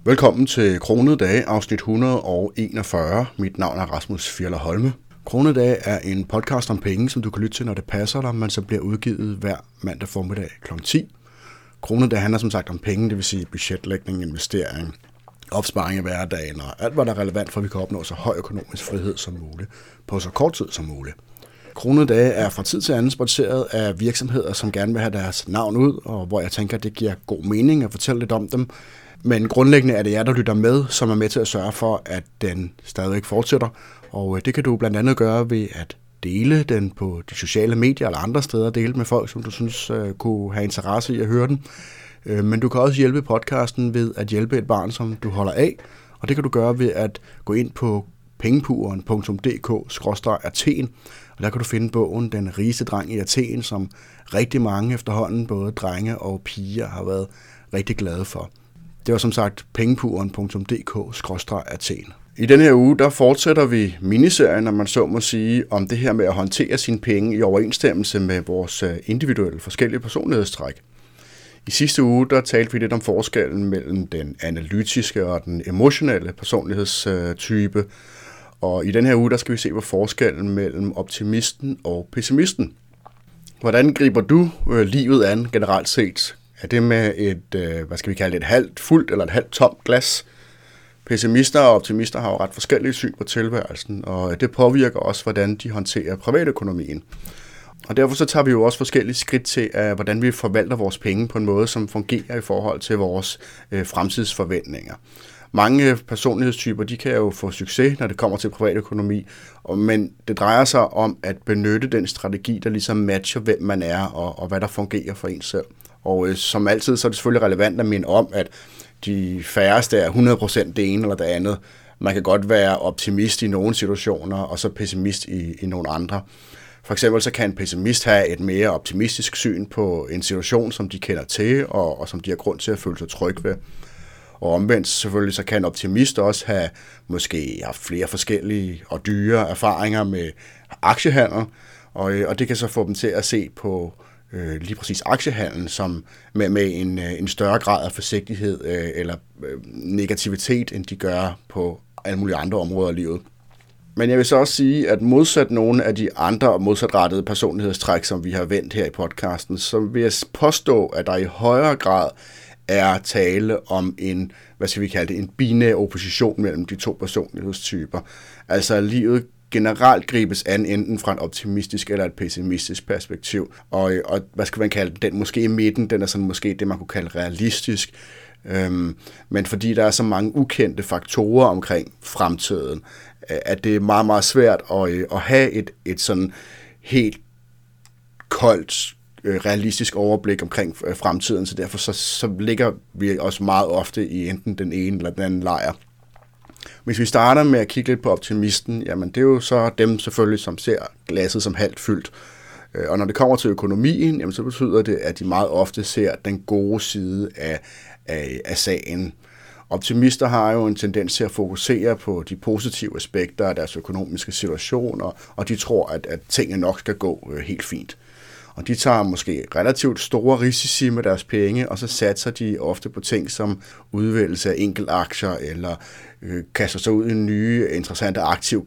Velkommen til Kronede Dage, afsnit 141. Mit navn er Rasmus Fjeller Holme. Kronede Dage er en podcast om penge, som du kan lytte til, når det passer dig, men så bliver udgivet hver mandag formiddag kl. 10. Kronede Dage handler som sagt om penge, det vil sige budgetlægning, investering, opsparing af hverdagen og alt, hvad der er relevant for, at vi kan opnå så høj økonomisk frihed som muligt på så kort tid som muligt. Kronede Dage er fra tid til anden sponsoreret af virksomheder, som gerne vil have deres navn ud, og hvor jeg tænker, at det giver god mening at fortælle lidt om dem. Men grundlæggende er det jer, der lytter med, som er med til at sørge for, at den stadigvæk fortsætter. Og det kan du blandt andet gøre ved at dele den på de sociale medier eller andre steder. Dele med folk, som du synes kunne have interesse i at høre den. Men du kan også hjælpe podcasten ved at hjælpe et barn, som du holder af. Og det kan du gøre ved at gå ind på pengepuren.dk/Athen. Og der kan du finde bogen Den rigeste dreng i Athen, som rigtig mange efterhånden, både drenge og piger, har været rigtig glade for. Det var som sagt pengepuren.dk/Athen. I denne her uge, der fortsætter vi miniserien, når man så må sige, om det her med at håndtere sine penge i overensstemmelse med vores individuelle forskellige personlighedstræk. I sidste uge, der talte vi lidt om forskellen mellem den analytiske og den emotionelle personlighedstype. Og i den her uge, der skal vi se på forskellen mellem optimisten og pessimisten. Hvordan griber du livet an generelt set? Er det med et halvt fuldt eller et halvt tomt glas? Pessimister og optimister har jo ret forskellige syn på tilværelsen, og det påvirker også, hvordan de håndterer privatøkonomien. Og derfor så tager vi jo også forskellige skridt til, hvordan vi forvalter vores penge på en måde, som fungerer i forhold til vores fremtidsforventninger. Mange personlighedstyper, de kan jo få succes, når det kommer til privatøkonomi, men det drejer sig om at benytte den strategi, der ligesom matcher, hvem man er og hvad der fungerer for en selv. Og som altid, så er det selvfølgelig relevant at minde om, at de færreste er 100% det ene eller det andet. Man kan godt være optimist i nogle situationer, og så pessimist i nogle andre. For eksempel så kan en pessimist have et mere optimistisk syn på en situation, som de kender til, og som de har grund til at føle sig tryg ved. Og omvendt selvfølgelig, så kan en optimist også have måske haft flere forskellige og dyre erfaringer med aktiehandel, og det kan så få dem til at se på lige præcis aktiehandlen som med en større grad af forsigtighed eller negativitet, end de gør på alle mulige andre områder af livet. Men jeg vil så også sige, at modsat nogle af de andre modsatrettede personlighedstræk, som vi har vendt her i podcasten, så vil jeg påstå, at der i højere grad er tale om en binær opposition mellem de to personlighedstyper. Altså livet generelt gribes an enten fra et optimistisk eller et pessimistisk perspektiv. Og den måske i midten, den er sådan måske det, man kunne kalde realistisk. Men fordi der er så mange ukendte faktorer omkring fremtiden, at det er meget, meget svært at have et sådan helt koldt, realistisk overblik omkring fremtiden, så derfor så ligger vi også meget ofte i enten den ene eller den anden lejr. Hvis vi starter med at kigge lidt på optimisten, jamen det er jo så dem selvfølgelig, som ser glasset som halvt fyldt. Og når det kommer til økonomien, jamen så betyder det, at de meget ofte ser den gode side af sagen. Optimister har jo en tendens til at fokusere på de positive aspekter af deres økonomiske situation, og de tror, at tingene nok skal gå helt fint. Og de tager måske relativt store risici med deres penge, og så satser de ofte på ting som udvælgelse af enkeltaktier, eller kaster sig ud i nye, interessante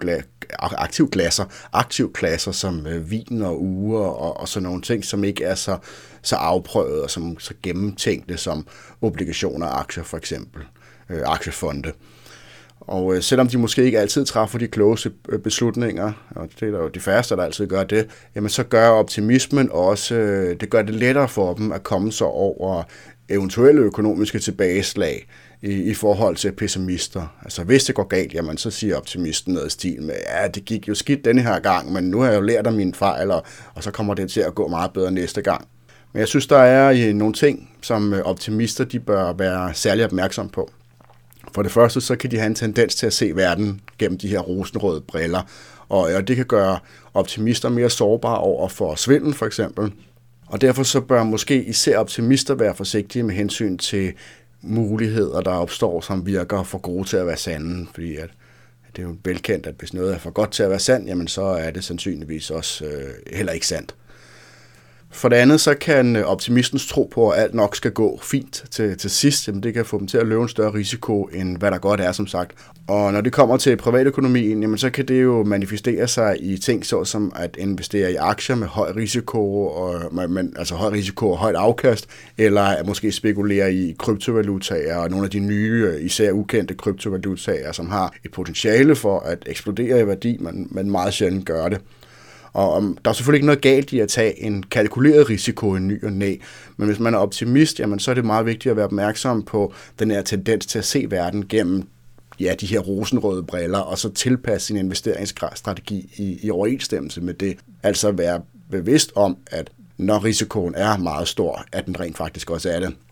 aktivklasser som vin og uger, og sådan nogle ting, som ikke er så afprøvet og så gennemtænkte som obligationer og aktier, for eksempel aktiefonde. Og selvom de måske ikke altid træffer de klogeste beslutninger, og det er jo de færreste, der altid gør det, jamen så gør optimismen også, det gør det lettere for dem at komme sig over eventuelle økonomiske tilbageslag i forhold til pessimister. Altså hvis det går galt, jamen så siger optimisten noget i stil med, ja, det gik jo skidt denne her gang, men nu har jeg jo lært af mine fejl, og så kommer det til at gå meget bedre næste gang. Men jeg synes, der er nogle ting, som optimister de bør være særlig opmærksom på. For det første, så kan de have en tendens til at se verden gennem de her rosenrøde briller, og det kan gøre optimister mere sårbare over for svindel, for eksempel. Og derfor så bør måske især optimister være forsigtige med hensyn til muligheder, der opstår, som virker for gode til at være sande, fordi at det er jo velkendt, at hvis noget er for godt til at være sandt, jamen så er det sandsynligvis også heller ikke sandt. For det andet, så kan optimistens tro på, at alt nok skal gå fint til sidst, jamen det kan få dem til at løbe en større risiko, end hvad der godt er, som sagt. Og når det kommer til privatøkonomien, jamen så kan det jo manifestere sig i ting, såsom at investere i aktier med høj risiko, altså høj risiko og højt afkast, eller at måske spekulere i kryptovalutaer og nogle af de nye, især ukendte kryptovalutaer, som har et potentiale for at eksplodere i værdi, men meget sjældent gør det. Og der er selvfølgelig ikke noget galt i at tage en kalkuleret risiko i ny og næ, men hvis man er optimist, jamen, så er det meget vigtigt at være opmærksom på den her tendens til at se verden gennem de her rosenrøde briller, og så tilpasse sin investeringsstrategi i overensstemmelse med det. Altså være bevidst om, at når risikoen er meget stor, at den rent faktisk også er det.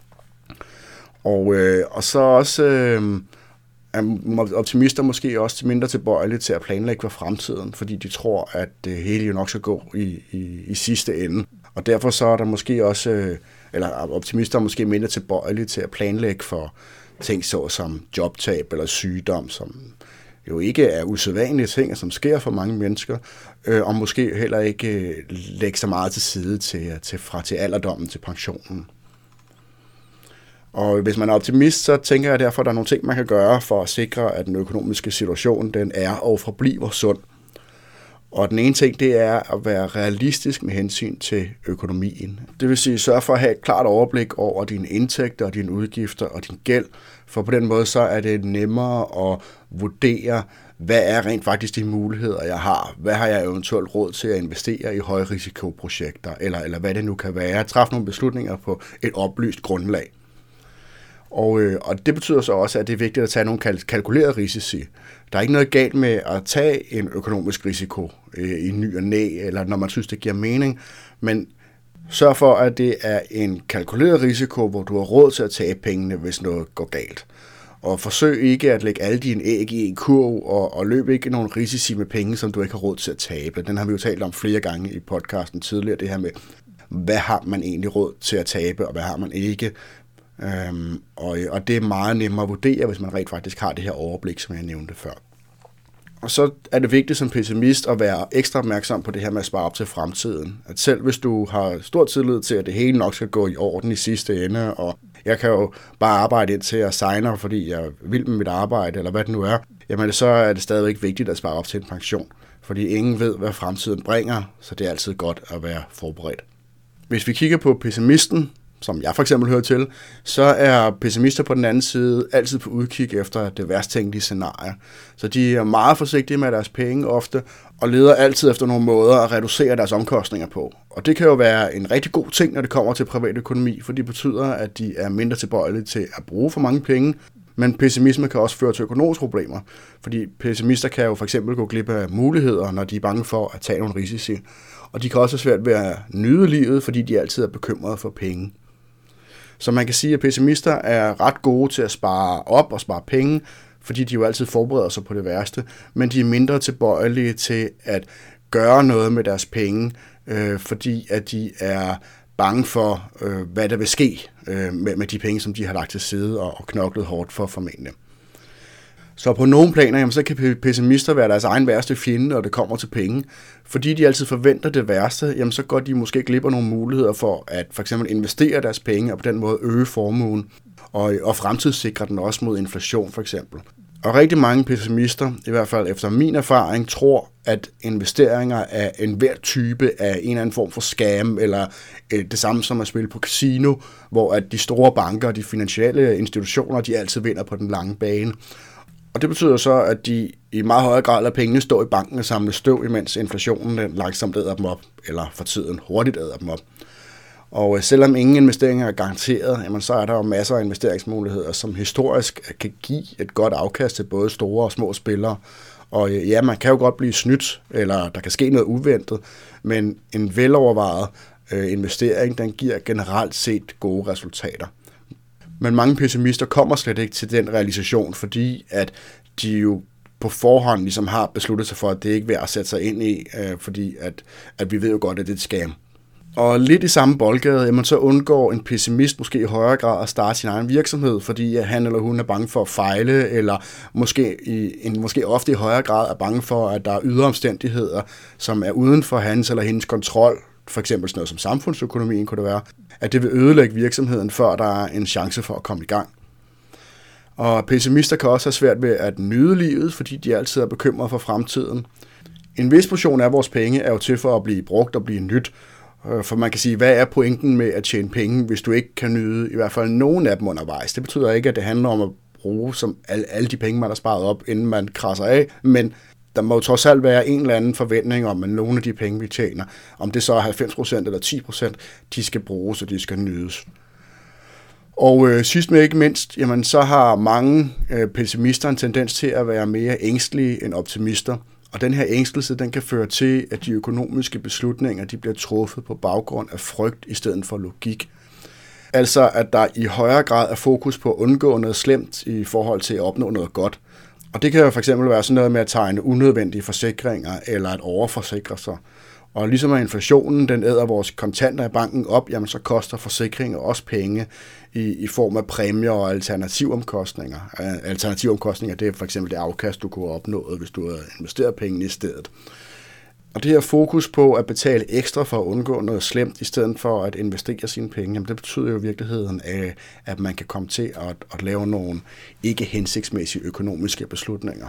Og så også er optimister måske også mindre tilbøjelige til at planlægge for fremtiden, fordi de tror, at det hele jo nok skal gå i sidste ende. Og derfor så er der måske også, eller optimister er måske mindre tilbøjelige til at planlægge for ting som jobtab eller sygdom, som jo ikke er usædvanlige ting, som sker for mange mennesker, og måske heller ikke lægge så meget til side til alderdommen, til pensionen. Og hvis man er optimist, så tænker jeg derfor, at der er nogle ting, man kan gøre for at sikre, at den økonomiske situation den er og forbliver sund. Og den ene ting, det er at være realistisk med hensyn til økonomien. Det vil sige, sørge for at have et klart overblik over dine indtægter og dine udgifter og din gæld, for på den måde så er det nemmere at vurdere, hvad er rent faktisk de muligheder, jeg har? Hvad har jeg eventuelt råd til at investere i højrisikoprojekter, eller hvad det nu kan være? Træffe nogle beslutninger på et oplyst grundlag. Og det betyder så også, at det er vigtigt at tage nogle kalkulerede risici. Der er ikke noget galt med at tage en økonomisk risiko i ny og næ, eller når man synes, det giver mening, men sørg for, at det er en kalkuleret risiko, hvor du har råd til at tabe pengene, hvis noget går galt. Og forsøg ikke at lægge alle dine æg i en kurv, og løb ikke nogen risici med penge, som du ikke har råd til at tabe. Den har vi jo talt om flere gange i podcasten tidligere, det her med, hvad har man egentlig råd til at tabe, og hvad har man ikke. Og det er meget nemmere at vurdere, hvis man rent faktisk har det her overblik, som jeg nævnte før. Og så er det vigtigt som pessimist at være ekstra opmærksom på det her med at spare op til fremtiden. At selv hvis du har stor tillid til, at det hele nok skal gå i orden i sidste ende, og jeg kan jo bare arbejde indtil jeg signer, fordi jeg vil med mit arbejde, eller hvad det nu er, jamen så er det stadigvæk vigtigt at spare op til en pension. Fordi ingen ved, hvad fremtiden bringer, så det er altid godt at være forberedt. Hvis vi kigger på pessimisten, som jeg for eksempel hører til, så er pessimister på den anden side altid på udkig efter det værst tænkelige scenarie. Så de er meget forsigtige med deres penge ofte, og leder altid efter nogle måder at reducere deres omkostninger på. Og det kan jo være en rigtig god ting, når det kommer til privatøkonomi, for det betyder, at de er mindre tilbøjelige til at bruge for mange penge, men pessimisme kan også føre til økonomiske problemer, fordi pessimister kan jo for eksempel gå glip af muligheder, når de er bange for at tage nogle risici. Og de kan også have svært ved at nyde livet, fordi de altid er bekymrede for penge. Så man kan sige, at pessimister er ret gode til at spare op og spare penge, fordi de jo altid forbereder sig på det værste, men de er mindre tilbøjelige til at gøre noget med deres penge, fordi at de er bange for, hvad der vil ske med de penge, som de har lagt til side og knoklet hårdt for formentlig. Så på nogle planer, jamen, så kan pessimister være deres egen værste fjende, når det kommer til penge. Fordi de altid forventer det værste, jamen, så går de måske glip af nogle muligheder for at for eksempel investere deres penge og på den måde øge formuen og fremtidssikre den også mod inflation for eksempel. Og rigtig mange pessimister, i hvert fald efter min erfaring, tror, at investeringer af enhver type af en eller anden form for scam, eller det samme som at spille på casino, hvor at de store banker og de finansielle institutioner, de altid vinder på den lange bane. Og det betyder så, at de i meget højere grad lader pengene stå i banken og samle støv, imens inflationen langsomt æder dem op, eller for tiden hurtigt æder dem op. Og selvom ingen investeringer er garanteret, jamen så er der jo masser af investeringsmuligheder, som historisk kan give et godt afkast til både store og små spillere. Og ja, man kan jo godt blive snydt, eller der kan ske noget uventet, men en velovervejet investering, den giver generelt set gode resultater. Men mange pessimister kommer slet ikke til den realisation, fordi at de jo på forhånd ligesom har besluttet sig for, at det ikke er værd at sætte sig ind i, fordi at vi ved jo godt, at det er et scam. Og lidt i samme boldgade, jamen så undgår en pessimist måske i højere grad at starte sin egen virksomhed, fordi han eller hun er bange for at fejle, eller måske ofte i højere grad er bange for, at der er ydre omstændigheder, som er uden for hans eller hendes kontrol, for eksempel sådan noget som samfundsøkonomien kunne det være, at det vil ødelægge virksomheden, før der er en chance for at komme i gang. Og pessimister kan også have svært ved at nyde livet, fordi de altid er bekymrede for fremtiden. En vis portion af vores penge er jo til for at blive brugt og blive nyt. For man kan sige, hvad er pointen med at tjene penge, hvis du ikke kan nyde i hvert fald nogen af dem undervejs? Det betyder ikke, at det handler om at bruge som alle de penge, man har sparet op, inden man krasser af, men der må jo trods alt være en eller anden forventning om, at nogle af de penge, vi tjener, om det så er 90% eller 10%, de skal bruges, og de skal nydes. Og sidst men ikke mindst, jamen, så har mange pessimister en tendens til at være mere ængstelige end optimister. Og den her ængstelse, den kan føre til, at de økonomiske beslutninger, de bliver truffet på baggrund af frygt i stedet for logik. Altså, at der i højere grad er fokus på at undgå noget slemt i forhold til at opnå noget godt. Og det kan jo for eksempel være sådan noget med at tegne unødvendige forsikringer eller at overforsikre sig. Og ligesom at inflationen, den æder vores kontanter i banken op, jamen så koster forsikringer også penge i form af præmier og alternativomkostninger. Alternativomkostninger, det er for eksempel det afkast, du kunne have opnået, hvis du havde investeret pengene i stedet. Og det her fokus på at betale ekstra for at undgå noget slemt, i stedet for at investere sine penge, jamen det betyder jo i virkeligheden, at man kan komme til at lave nogle ikke hensigtsmæssige økonomiske beslutninger.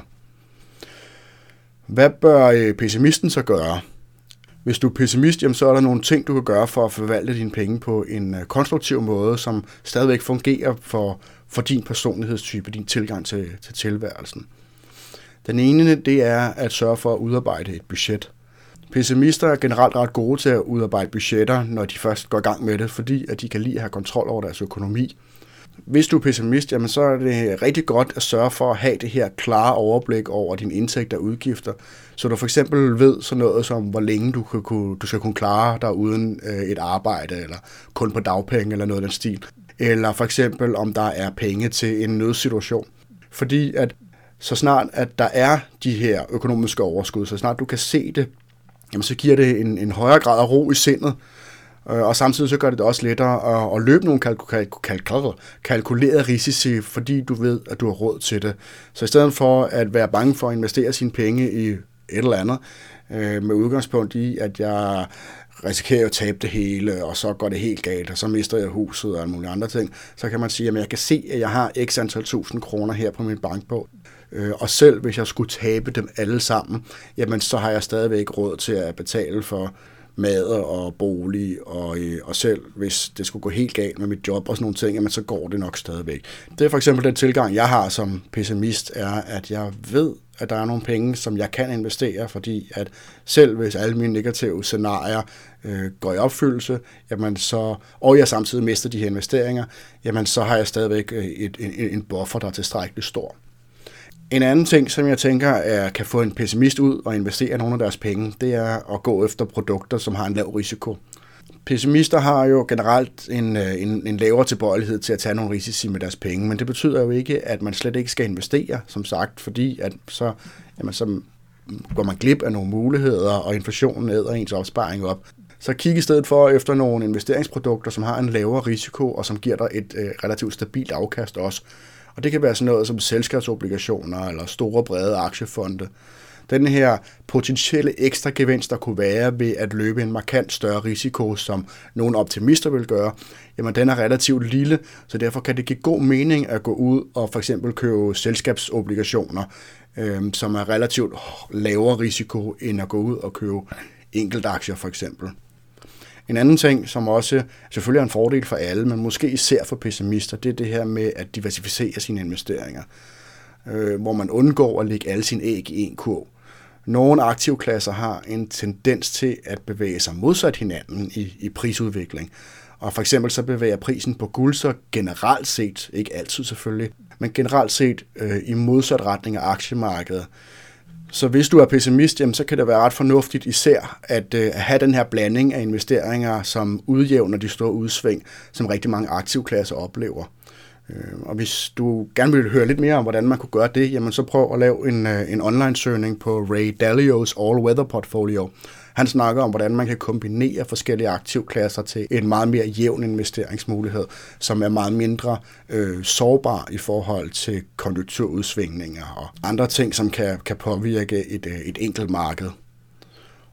Hvad bør pessimisten så gøre? Hvis du er pessimist, jamen, så er der nogle ting, du kan gøre for at forvalte dine penge på en konstruktiv måde, som stadigvæk fungerer for din personlighedstype, din tilgang til tilværelsen. Den ene, det er at sørge for at udarbejde et budget. Pessimister er generelt ret gode til at udarbejde budgetter, når de først går i gang med det, fordi at de kan lide at have kontrol over deres økonomi. Hvis du er pessimist, jamen så er det rigtig godt at sørge for at have det her klare overblik over dine indtægter og udgifter, så du for eksempel ved sådan noget som, hvor længe du skal kunne klare dig uden et arbejde, eller kun på dagpenge eller noget af den stil. Eller for eksempel, om der er penge til en nødsituation. Fordi at så snart at der er de her økonomiske overskud, så snart du kan se det, jamen så giver det en højere grad af ro i sindet, og samtidig så gør det også lettere at løbe nogle kalkulerede risici, fordi du ved, at du har råd til det. Så i stedet for at være bange for at investere sine penge i et eller andet, med udgangspunkt i, at jeg risikerer at tabe det hele, og så går det helt galt, og så mister jeg huset og alle mulige andre ting, så kan man sige, at jeg kan se, at jeg har x antal 1000 kroner her på min bankbog, og selv hvis jeg skulle tabe dem alle sammen, jamen så har jeg stadigvæk råd til at betale for mad og bolig, og selv hvis det skulle gå helt galt med mit job og sådan nogle ting, jamen så går det nok stadigvæk. Det er for eksempel den tilgang, jeg har som pessimist, er, at jeg ved, at der er nogle penge, som jeg kan investere, fordi at selv hvis alle mine negative scenarier går i opfyldelse, jamen så, og jeg samtidig mister de her investeringer, jamen så har jeg stadigvæk en buffer, der er tilstrækkeligt stor. En anden ting, som jeg tænker kan få en pessimist ud og investere nogle af deres penge, det er at gå efter produkter, som har en lav risiko. Pessimister har jo generelt en lavere tilbøjelighed til at tage nogle risici med deres penge, men det betyder jo ikke, at man slet ikke skal investere, som sagt, fordi at så går man glip af nogle muligheder, og inflationen æder ens opsparing op. Så kig i stedet for efter nogle investeringsprodukter, som har en lavere risiko, og som giver dig et relativt stabilt afkast også. Og det kan være sådan noget som selskabsobligationer eller store brede aktiefonde. Den her potentielle ekstra gevinst, der kunne være ved at løbe en markant større risiko, som nogle optimister vil gøre, jamen den er relativt lille, så derfor kan det give god mening at gå ud og for eksempel købe selskabsobligationer, som er relativt lavere risiko end at gå ud og købe enkeltaktier for eksempel. En anden ting, som også selvfølgelig er en fordel for alle, men måske især for pessimister, det er det her med at diversificere sine investeringer, hvor man undgår at lægge alle sine æg i en kurv. Nogle aktivklasser har en tendens til at bevæge sig modsat hinanden i prisudvikling. Og for eksempel så bevæger prisen på guld så generelt set, ikke altid selvfølgelig, men generelt set i modsat retning af aktiemarkedet. Så hvis du er pessimist, jamen, så kan det være ret fornuftigt især at have den her blanding af investeringer, som udjævner de store udsving, som rigtig mange aktivklasser oplever. Og hvis du gerne vil høre lidt mere om, hvordan man kunne gøre det, jamen så prøv at lave en online-søgning på Ray Dalios All-Weather Portfolio. Han snakker om, hvordan man kan kombinere forskellige aktivklasser til en meget mere jævn investeringsmulighed, som er meget mindre sårbar i forhold til konjunkturudsvingninger og andre ting, som kan påvirke et enkelt marked.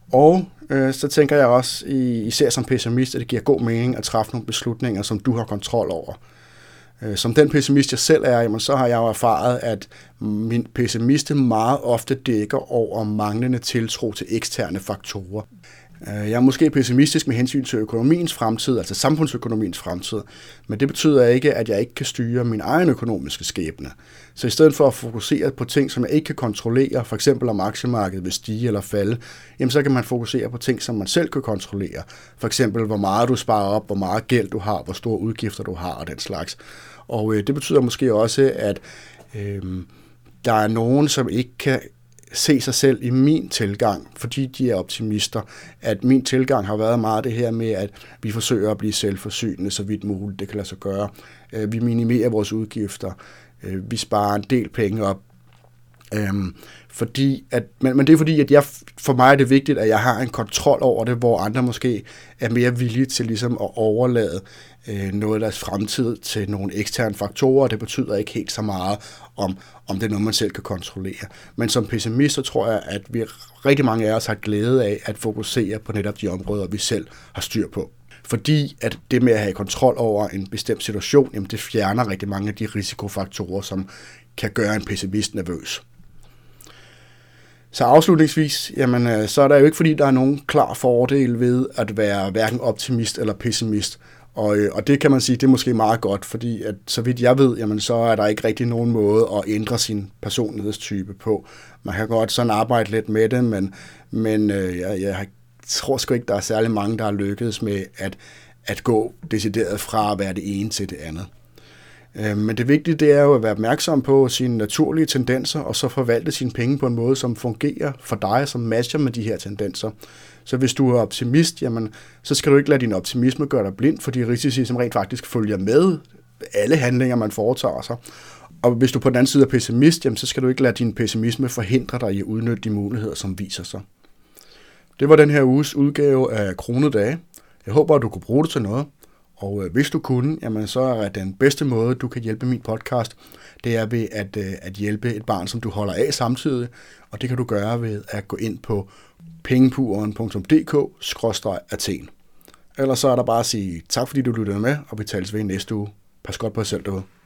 Og så tænker jeg også, især som pessimist, at det giver god mening at træffe nogle beslutninger, som du har kontrol over. Som den pessimist, jeg selv er, jamen, så har jeg jo erfaret, at min pessimiste meget ofte dækker over manglende tiltro til eksterne faktorer. Jeg er måske pessimistisk med hensyn til økonomiens fremtid, altså samfundsøkonomiens fremtid, men det betyder ikke, at jeg ikke kan styre min egen økonomiske skæbne. Så i stedet for at fokusere på ting, som jeg ikke kan kontrollere, for eksempel om aktiemarkedet vil stige eller falde, jamen så kan man fokusere på ting, som man selv kan kontrollere. For eksempel, hvor meget du sparer op, hvor meget gæld du har, hvor store udgifter du har og den slags. Og det betyder måske også, at der er nogen, som ikke kan se sig selv i min tilgang, fordi de er optimister, at min tilgang har været meget det her med, at vi forsøger at blive selvforsynende så vidt muligt, det kan lade sig gøre. Vi minimerer vores udgifter, vi sparer en del penge op, men det er fordi, at for mig er det vigtigt, at jeg har en kontrol over det, hvor andre måske er mere villige til ligesom at overlade noget af deres fremtid til nogle eksterne faktorer. Det betyder ikke helt så meget, om det er noget, man selv kan kontrollere. Men som pessimist, så tror jeg, at vi rigtig mange af os har glæde af at fokusere på netop de områder, vi selv har styr på. Fordi at det med at have kontrol over en bestemt situation, jamen det fjerner rigtig mange af de risikofaktorer, som kan gøre en pessimist nervøs. Så afslutningsvis, jamen, så er der jo ikke fordi, der er nogen klar fordel ved at være hverken optimist eller pessimist. Og det kan man sige, det er måske meget godt, fordi at, så vidt jeg ved, jamen, så er der ikke rigtig nogen måde at ændre sin personlighedstype på. Man kan godt sådan arbejde lidt med det, men jeg tror sgu ikke, der er særlig mange, der har lykkedes med at gå decideret fra at være det ene til det andet. Men det vigtige, det er jo at være opmærksom på sine naturlige tendenser, og så forvalte sine penge på en måde, som fungerer for dig, som matcher med de her tendenser. Så hvis du er optimist, jamen, så skal du ikke lade din optimisme gøre dig blind for de risici, som rent faktisk følger med alle handlinger, man foretager sig. Og hvis du på den anden side er pessimist, jamen, så skal du ikke lade din pessimisme forhindre dig i at udnytte de muligheder, som viser sig. Det var den her uges udgave af Kronede Dage. Jeg håber, at du kunne bruge det til noget. Og hvis du kunne, jamen så er den bedste måde, du kan hjælpe min podcast, det er ved at hjælpe et barn, som du holder af samtidig. Og det kan du gøre ved at gå ind på pengepuren.dk/Athen. Ellers så er der bare at sige tak, fordi du lyttede med, og vi tales ved næste uge. Pas godt på jer selv derude.